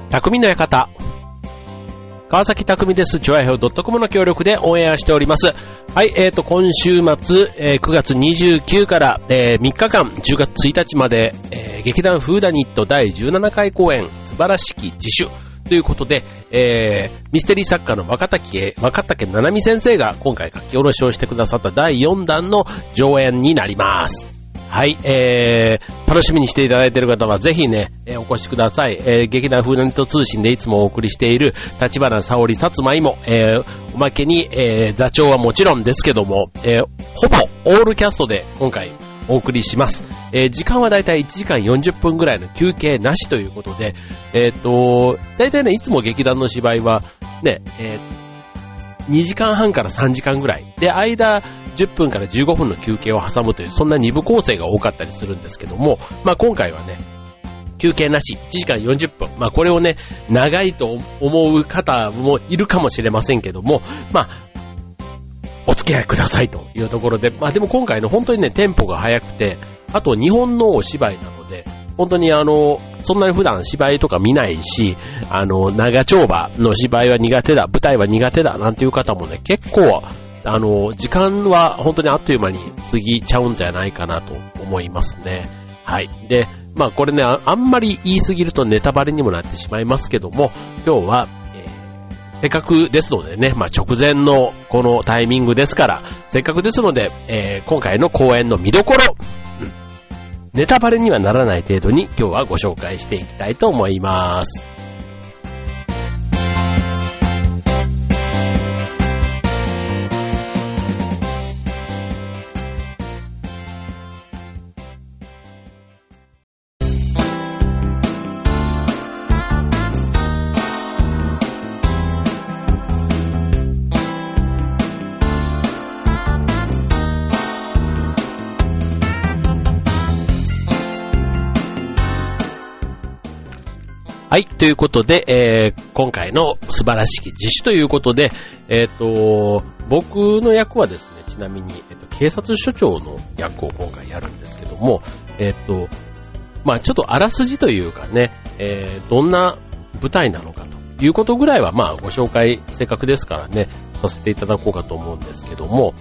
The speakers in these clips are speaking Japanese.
匠の館。川崎匠です。チョアヘオ .com の協力でオンエアしております。はい、今週末、9月29から、3日間、10月1日まで、劇団フーダニット第17回公演、素晴らしき自主ということで、ミステリー作家の若竹七海先生が今回書き下ろしをしてくださった第4弾の上演になります。はい、楽しみにしていただいている方はぜひね、お越しください。劇団フーダニット通信でいつもお送りしている立花沙織さつまいも、おまけに、座長はもちろんですけども、ほぼオールキャストで今回お送りします。時間はだいたい1時間40分ぐらいの休憩なしということで、だいたいね、いつも劇団の芝居はね、2時間半から3時間ぐらいで、間10分から15分の休憩を挟むという、そんな2部構成が多かったりするんですけども、まあ今回はね、休憩なし1時間40分、まあこれをね、長いと思う方もいるかもしれませんけども、まあお付き合いくださいというところで、まあでも今回の本当にね、テンポが速くて、あと日本のお芝居なので、本当にそんなに普段芝居とか見ないし、長丁場の芝居は苦手だ、舞台は苦手だなんていう方もね、結構、時間は本当にあっという間に過ぎちゃうんじゃないかなと思いますね。はい。で、まあこれね、あんまり言い過ぎるとネタバレにもなってしまいますけども、今日は、せっかくですのでね、まあ直前のこのタイミングですから、せっかくですので、今回の公演の見どころ、ネタバレにはならない程度に今日はご紹介していきたいと思います。はい、ということで、今回の素晴らしき自主ということで、僕の役はですね、ちなみに、警察署長の役を今回やるんですけども、まあちょっとあらすじというかね、どんな舞台なのかということぐらいは、まあご紹介、せっかくですからね、させていただこうかと思うんですけども、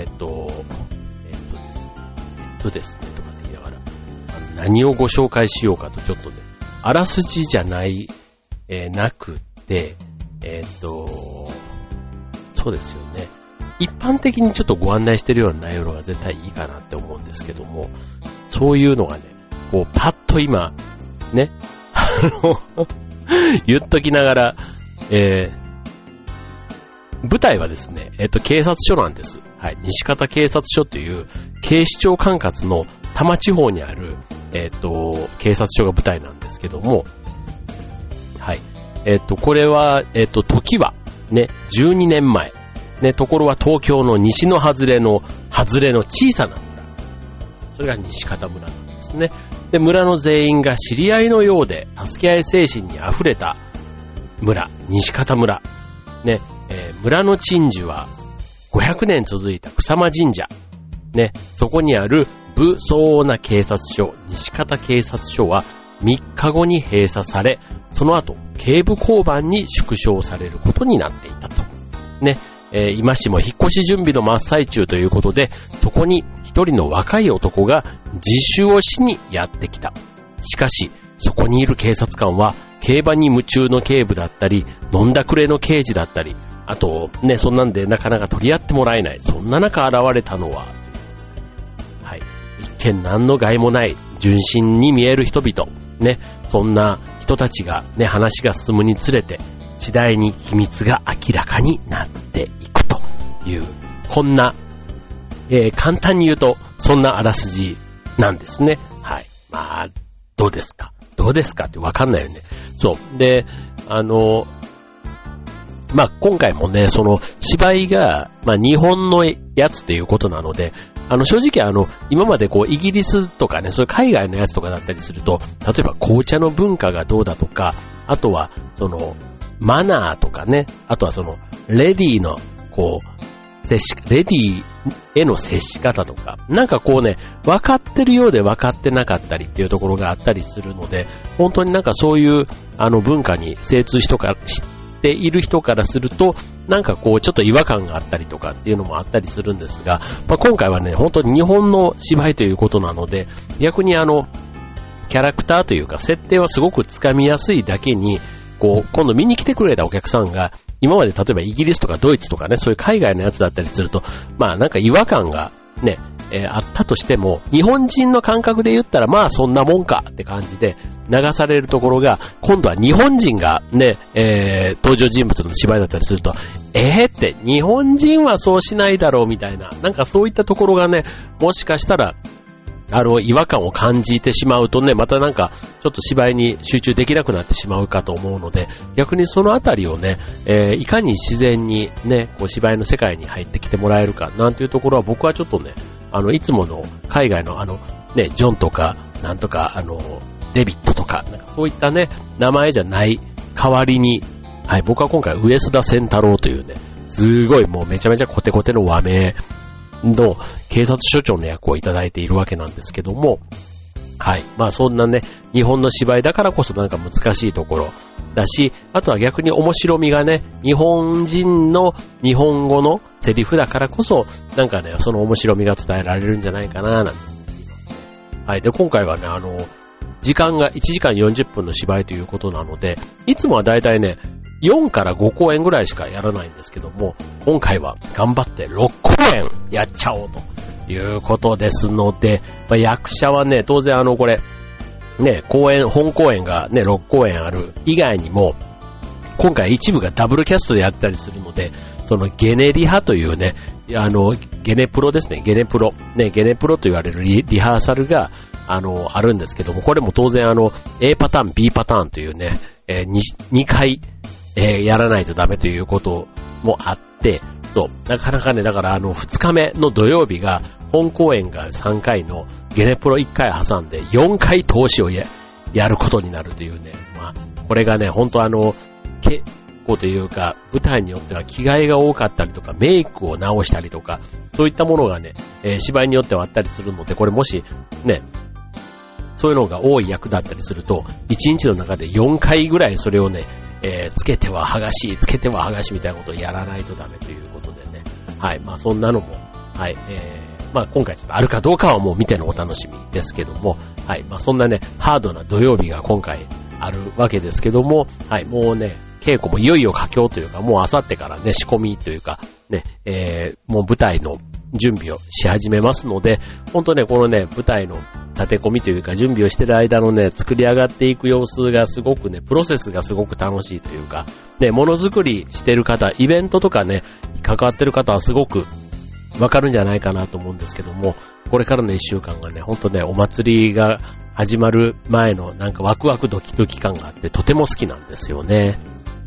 ですね、とかって言いながら、何をご紹介しようかとちょっとね、あらすじじゃない、なくて、そうですよね。一般的にちょっとご案内してるような内容が絶対いいかなって思うんですけども、そういうのがね、こうパッと今、ね、言っときながら、舞台はですね、警察署なんです。はい、西方警察署という警視庁管轄の多摩地方にある、警察署が舞台なんですけども、はい。これは、時は、ね、12年前。ね、ところは東京の西の外れの小さな村。それが西方村なんですね。で、村の全員が知り合いのようで、助け合い精神に溢れた村、西方村。ね、村の鎮守は500年続いた草間神社。ね、そこにある武相応な警察署、西方警察署は3日後に閉鎖され、その後、警部交番に縮小されることになっていたと。ね、今しも引っ越し準備の真っ最中ということで、そこに一人の若い男が自首をしにやってきた。しかし、そこにいる警察官は、競馬に夢中の警部だったり、飲んだくれの刑事だったり、あと、ね、そんなんでなかなか取り合ってもらえない。そんな中現れたのは、はい。一見何の害もない、純真に見える人々。ね、そんな人たちが、ね、話が進むにつれて、次第に秘密が明らかになっていくという、こんな、簡単に言うと、そんなあらすじなんですね。はい。まあ、どうですかってわかんないよね。そう。で、まあ、今回もね、その芝居が、まあ、日本のやつっていうことなので、正直今までこう、イギリスとかね、そういう海外のやつとかだったりすると、例えば紅茶の文化がどうだとか、あとは、その、マナーとかね、あとはその、レディーの、こう、レディーへの接し方とか、なんかこうね、分かってるようで分かってなかったりっていうところがあったりするので、本当になんかそういう文化に精通している人からすると、なんかこうちょっと違和感があったりとかっていうのもあったりするんですが、今回はね、本当に日本の芝居ということなので、逆にキャラクターというか設定はすごくつかみやすいだけに、こう今度見に来てくれたお客さんが今まで例えばイギリスとかドイツとかね、そういう海外のやつだったりすると、なんか違和感がね、あったとしても、日本人の感覚で言ったらそんなもんかって感じで流されるところが、今度は日本人がね、登場人物の芝居だったりすると、って日本人はそうしないだろうみたいな、なんかそういったところがね、もしかしたら違和感を感じてしまうとね、またなんかちょっと芝居に集中できなくなってしまうかと思うので、逆にそのあたりをね、いかに自然にね、こう芝居の世界に入ってきてもらえるかなんていうところは、僕はちょっとね、いつもの海外のね、ジョンとかなんとかデビットとか、なんかそういったね、名前じゃない代わりに、はい、僕は今回上須田仙太郎というね、すごいもうめちゃめちゃコテコテの和名の警察署長の役をいただいているわけなんですけども、はい。そんなね、日本の芝居だからこそなんか難しいところだし、あとは逆に面白みがね、日本人の日本語のセリフだからこそ、なんかね、その面白みが伝えられるんじゃないかな、なんて思いますね。はい。で、今回はね、時間が1時間40分の芝居ということなので、いつもはだいたいね、4から5公演ぐらいしかやらないんですけども、今回は頑張って6公演やっちゃおうということですので、役者はね、当然これ、ね、本公演がね、6公演ある以外にも、今回一部がダブルキャストでやったりするので、そのゲネリハというね、ゲネプロですね、ゲネプロと言われるリハーサルが、あるんですけども、これも当然A パターン、B パターンというね、2回、やらないとダメということもあって、そう、なかなかね、だから2日目の土曜日が、本公演が3回のゲネプロ1回挟んで4回投資をやることになるというね、これがね、本当結構というか、舞台によっては着替えが多かったりとか、メイクを直したりとか、そういったものがね、芝居によってはあったりするので、これもし、ね、そういうのが多い役だったりすると、1日の中で4回ぐらいそれをね、つけては剥がしみたいなことをやらないとダメということでね。はい。そんなのも、はい。今回ちょっとあるかどうかはもう見てのお楽しみですけども、はい。そんなね、ハードな土曜日が今回あるわけですけども、はい。もうね、稽古もいよいよ佳境というか、もうあさってからね、仕込みというか、ね、もう舞台の準備をし始めますので、本当ね、このね、舞台の立て込みというか準備をしている間のね、作り上がっていく様子がすごくね、プロセスがすごく楽しいというか、ね、ものづくりしてる方、イベントとかね、関わってる方はすごくわかるんじゃないかなと思うんですけども、これからの1週間がね、ほんとね、お祭りが始まる前のなんかワクワクドキドキ感があってとても好きなんですよね。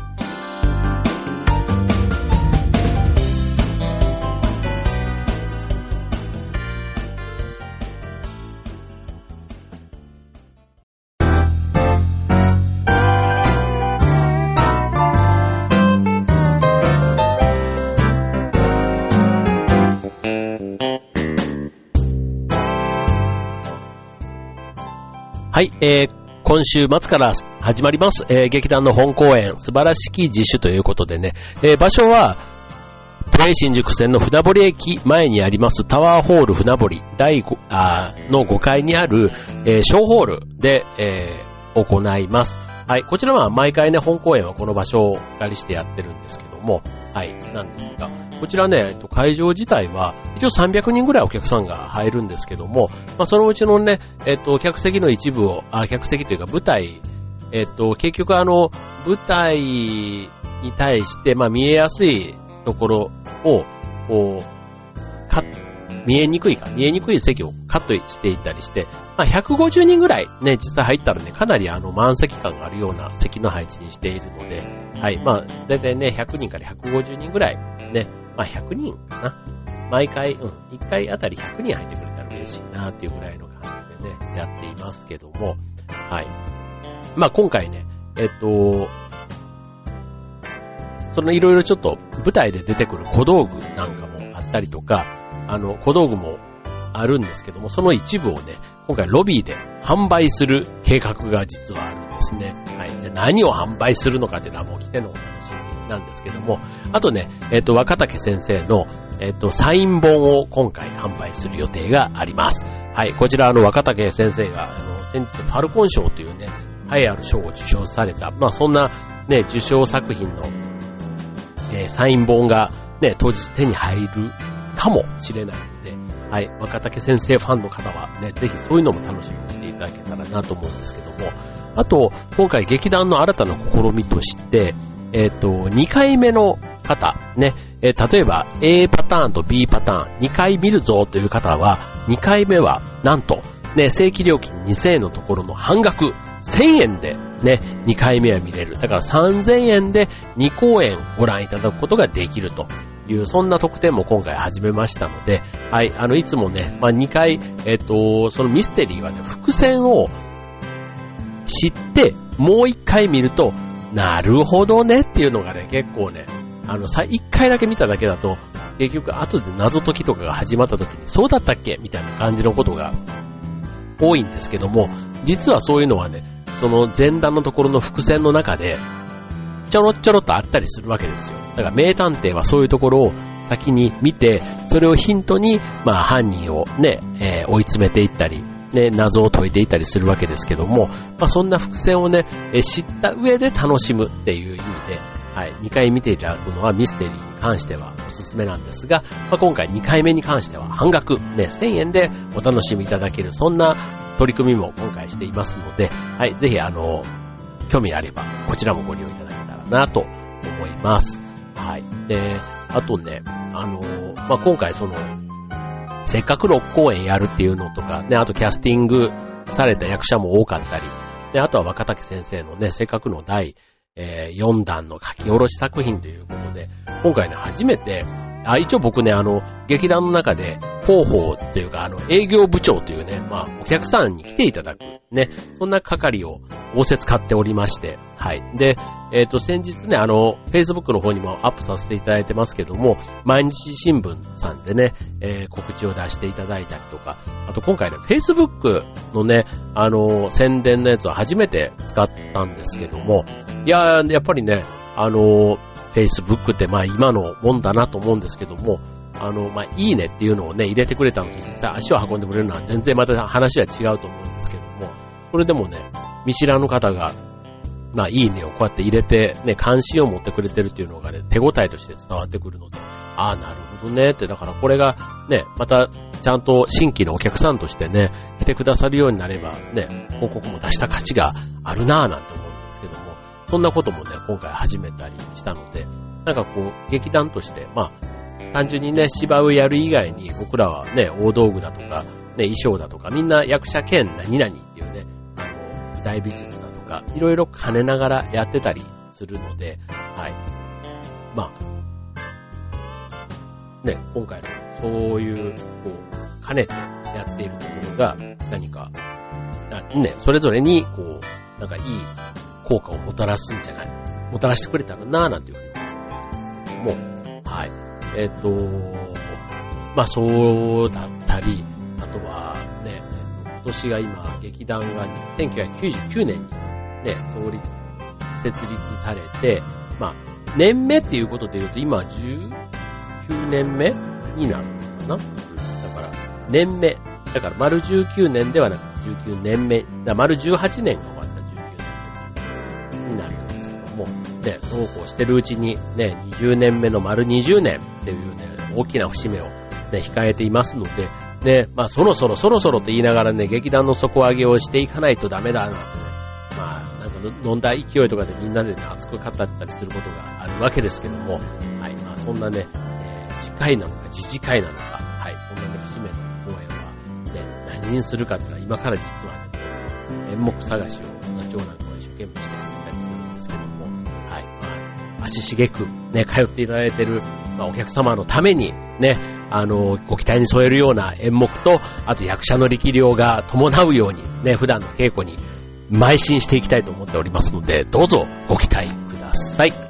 はい、今週末から始まります、劇団の本公演素晴らしき自主ということでね、場所は都営新宿線の船堀駅前にありますタワーホール船堀の5階にある、小ホールで、行います。はい、こちらは毎回ね、本公演はこの場所をお借りしてやってるんですけども、はい、なんですが、こちらね、会場自体は一応300人ぐらいお客さんが入るんですけども、そのうちのね、客席の一部を、客席というか舞台、結局舞台に対して、見えやすいところを、こう、見えにくい席をカットしていったりして、150人ぐらいね、実際入ったらね、かなり満席感があるような席の配置にしているので、はい、だいたいね、100人から150人ぐらい、ね、100人かな。毎回、1回あたり100人入ってくれたら嬉しいなっていうぐらいの感じでね、やっていますけども、はい。今回ね、そのいろいろちょっと舞台で出てくる小道具なんかもあったりとか、 小道具もあるんですけども、その一部をね、今回ロビーで販売する計画が実はあるんですね。はい。じゃあ何を販売するのかっていうのはもう来てのお楽しみなんですけども、あとね、若竹先生の、サイン本を今回販売する予定があります。はい。こちら若竹先生が、先日ファルコン賞というね、栄えある賞を受賞された、まあそんなね、受賞作品の、サイン本がね、当日手に入るかもしれないので、はい、若竹先生ファンの方はね、ぜひそういうのも楽しみにしていただけたらなと思うんですけども、あと、今回劇団の新たな試みとして、2回目の方、ね、例えば A パターンと B パターン、2回見るぞという方は、2回目は、なんと、ね、正規料金2000円のところの半額、1000円でね、2回目は見れる。だから3000円で2公演ご覧いただくことができるという、そんな特典も今回始めましたので、はい、いつもね、2回、そのミステリーはね、伏線を知って、もう1回見ると、なるほどねっていうのがね、結構ね、1回だけ見ただけだと、結局後で謎解きとかが始まった時に、そうだったっけみたいな感じのことが多いんですけども、実はそういうのはね、その前段のところの伏線の中で、ちょろちょろっとあったりするわけですよ。だから名探偵はそういうところを先に見て、それをヒントに、犯人をね、追い詰めていったり、ね、謎を解いていったりするわけですけども、そんな伏線をね、知った上で楽しむっていう意味で、はい、2回見ていただくのはミステリーに関してはおすすめなんですが、今回2回目に関しては半額、ね、1000円でお楽しみいただける、そんな取り組みも今回していますので、はい、ぜひ興味あれば、こちらもご利用いただけたらなと思います。はい。で、あとね、今回せっかく6公演やるっていうのとか、ね、あとキャスティングされた役者も多かったり、で、あとは若竹先生のね、せっかくの第4弾の書き下ろし作品ということで、今回ね、初めて、一応僕ね、劇団の中で、広報というか、営業部長というね、お客さんに来ていただく、ね、そんな係を仰せ使っておりまして、はい。で、先日ね、Facebook の方にもアップさせていただいてますけども、毎日新聞さんでね、告知を出していただいたりとか、あと今回ね、Facebook のね、宣伝のやつを初めて使ったんですけども、やっぱりね、Facebook って今のもんだなと思うんですけども、いいねっていうのをね、入れてくれたのと実際足を運んでくれるのは全然また話は違うと思うんですけども、それでもね、見知らぬ方が、いいねをこうやって入れて、ね、関心を持ってくれてるっていうのがね、手応えとして伝わってくるので、なるほどねって、だからこれがね、またちゃんと新規のお客さんとしてね、来てくださるようになればね、広告も出した価値があるなぁなんて思うんですけども、そんなこともね、今回始めたりしたので、劇団として、単純にね、芝居をやる以外に、僕らはね、大道具だとか、ね、衣装だとか、みんな役者兼何々っていうね、舞台美術だとか、いろいろ兼ねながらやってたりするので、はい。ね、今回のそういう、兼ねてやっているところが、何か、ね、それぞれに、いい効果をもたらすんじゃない、もたらしてくれたらなぁなんていうふうに思うんですけども、はい。そうだったり、あとはね、今年が今、劇団が1999年にね、設立されて、年目っていうことで言うと今19年目になるのかな？だから年目、だから丸19年ではなく19年目、丸18年が終わった19年目になるんですけども、ね、そうこうしてるうちにね、20年目の丸20年っていうね、大きな節目をね、控えていますので、ね、そろそろと言いながらね、劇団の底上げをしていかないとダメだなとね、飲んだ勢いとかでみんなでね、熱く語ったりすることがあるわけですけども、はい、そんなね、次回なのか次次回なのか、はい、そんなね、節目の公演はね、何にするかっていうのは今から実はね、演目探しを長男が一生懸命していたりするんですけども、はい、足しげくね、通っていただいている、お客様のためにね、ご期待に添えるような演目と、あと役者の力量が伴うようにね、普段の稽古に邁進していきたいと思っておりますので、どうぞご期待ください。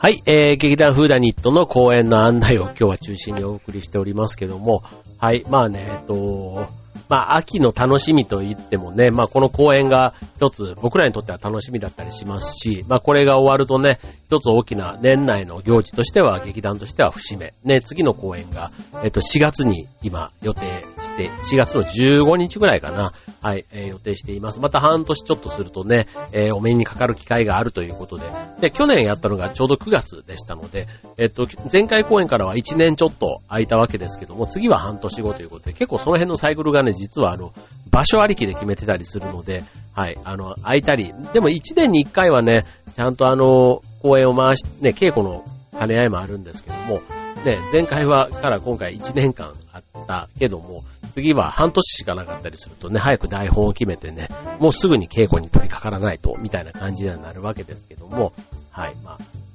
はい、劇団フーダニットの公演の案内を今日は中心にお送りしておりますけども、はい、まあね、秋の楽しみと言ってもね、この公演が一つ僕らにとっては楽しみだったりしますし、これが終わるとね、一つ大きな年内の行事としては、劇団としては節目。ね、次の公演が、4月に今予定して、4月の15日ぐらいかな、はい、予定しています。また半年ちょっとするとね、お目にかかる機会があるということで、で、去年やったのがちょうど9月でしたので、前回公演からは1年ちょっと空いたわけですけども、次は半年後ということで、結構その辺のサイクルがね、実は場所ありきで決めてたりするので、はい、空いたり、でも1年に1回はね、ちゃんと公演を回し、ね、稽古の兼ね合いもあるんですけども、ね、前回から今回1年間あったけども、次は半年しかなかったりするとね、早く台本を決めてね、もうすぐに稽古に取り掛からないと、みたいな感じにはなるわけですけども、はい、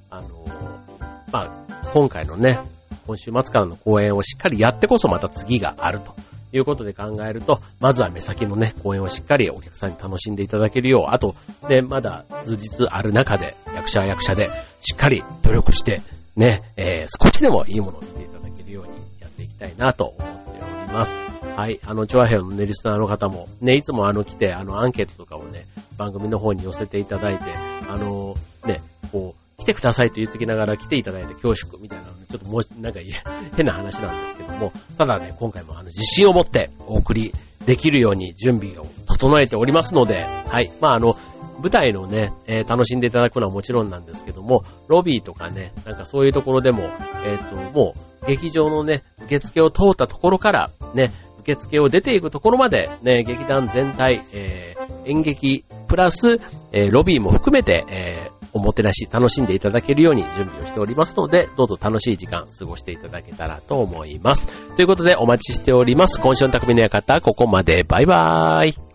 今回のね、今週末からの公演をしっかりやってこそまた次があるということで考えると、まずは目先のね、公演をしっかりお客さんに楽しんでいただけるよう、あと、ね、まだ数日ある中で、役者は役者でしっかり努力して、ね、少しでもいいものを見ていただけるようにやっていきたいなと思っております。はい、チョアヘヨのね、リスナーの方も、ね、いつも来て、アンケートとかをね、番組の方に寄せていただいて、ね、来てくださいと言ってきながら来ていただいて恐縮みたいなので、ちょっとなんか変な話なんですけども、ただね、今回も自信を持ってお送りできるように準備を整えておりますので、はい、舞台のね、楽しんでいただくのはもちろんなんですけども、ロビーとかね、なんかそういうところでも、もう劇場のね、受付を通ったところからね、受付を出ていくところまでね、劇団全体、演劇プラス、ロビーも含めて、おもてなし楽しんでいただけるように準備をしておりますので、どうぞ楽しい時間過ごしていただけたらと思います。ということでお待ちしております。今週の匠の館、ここまで。バイバーイ。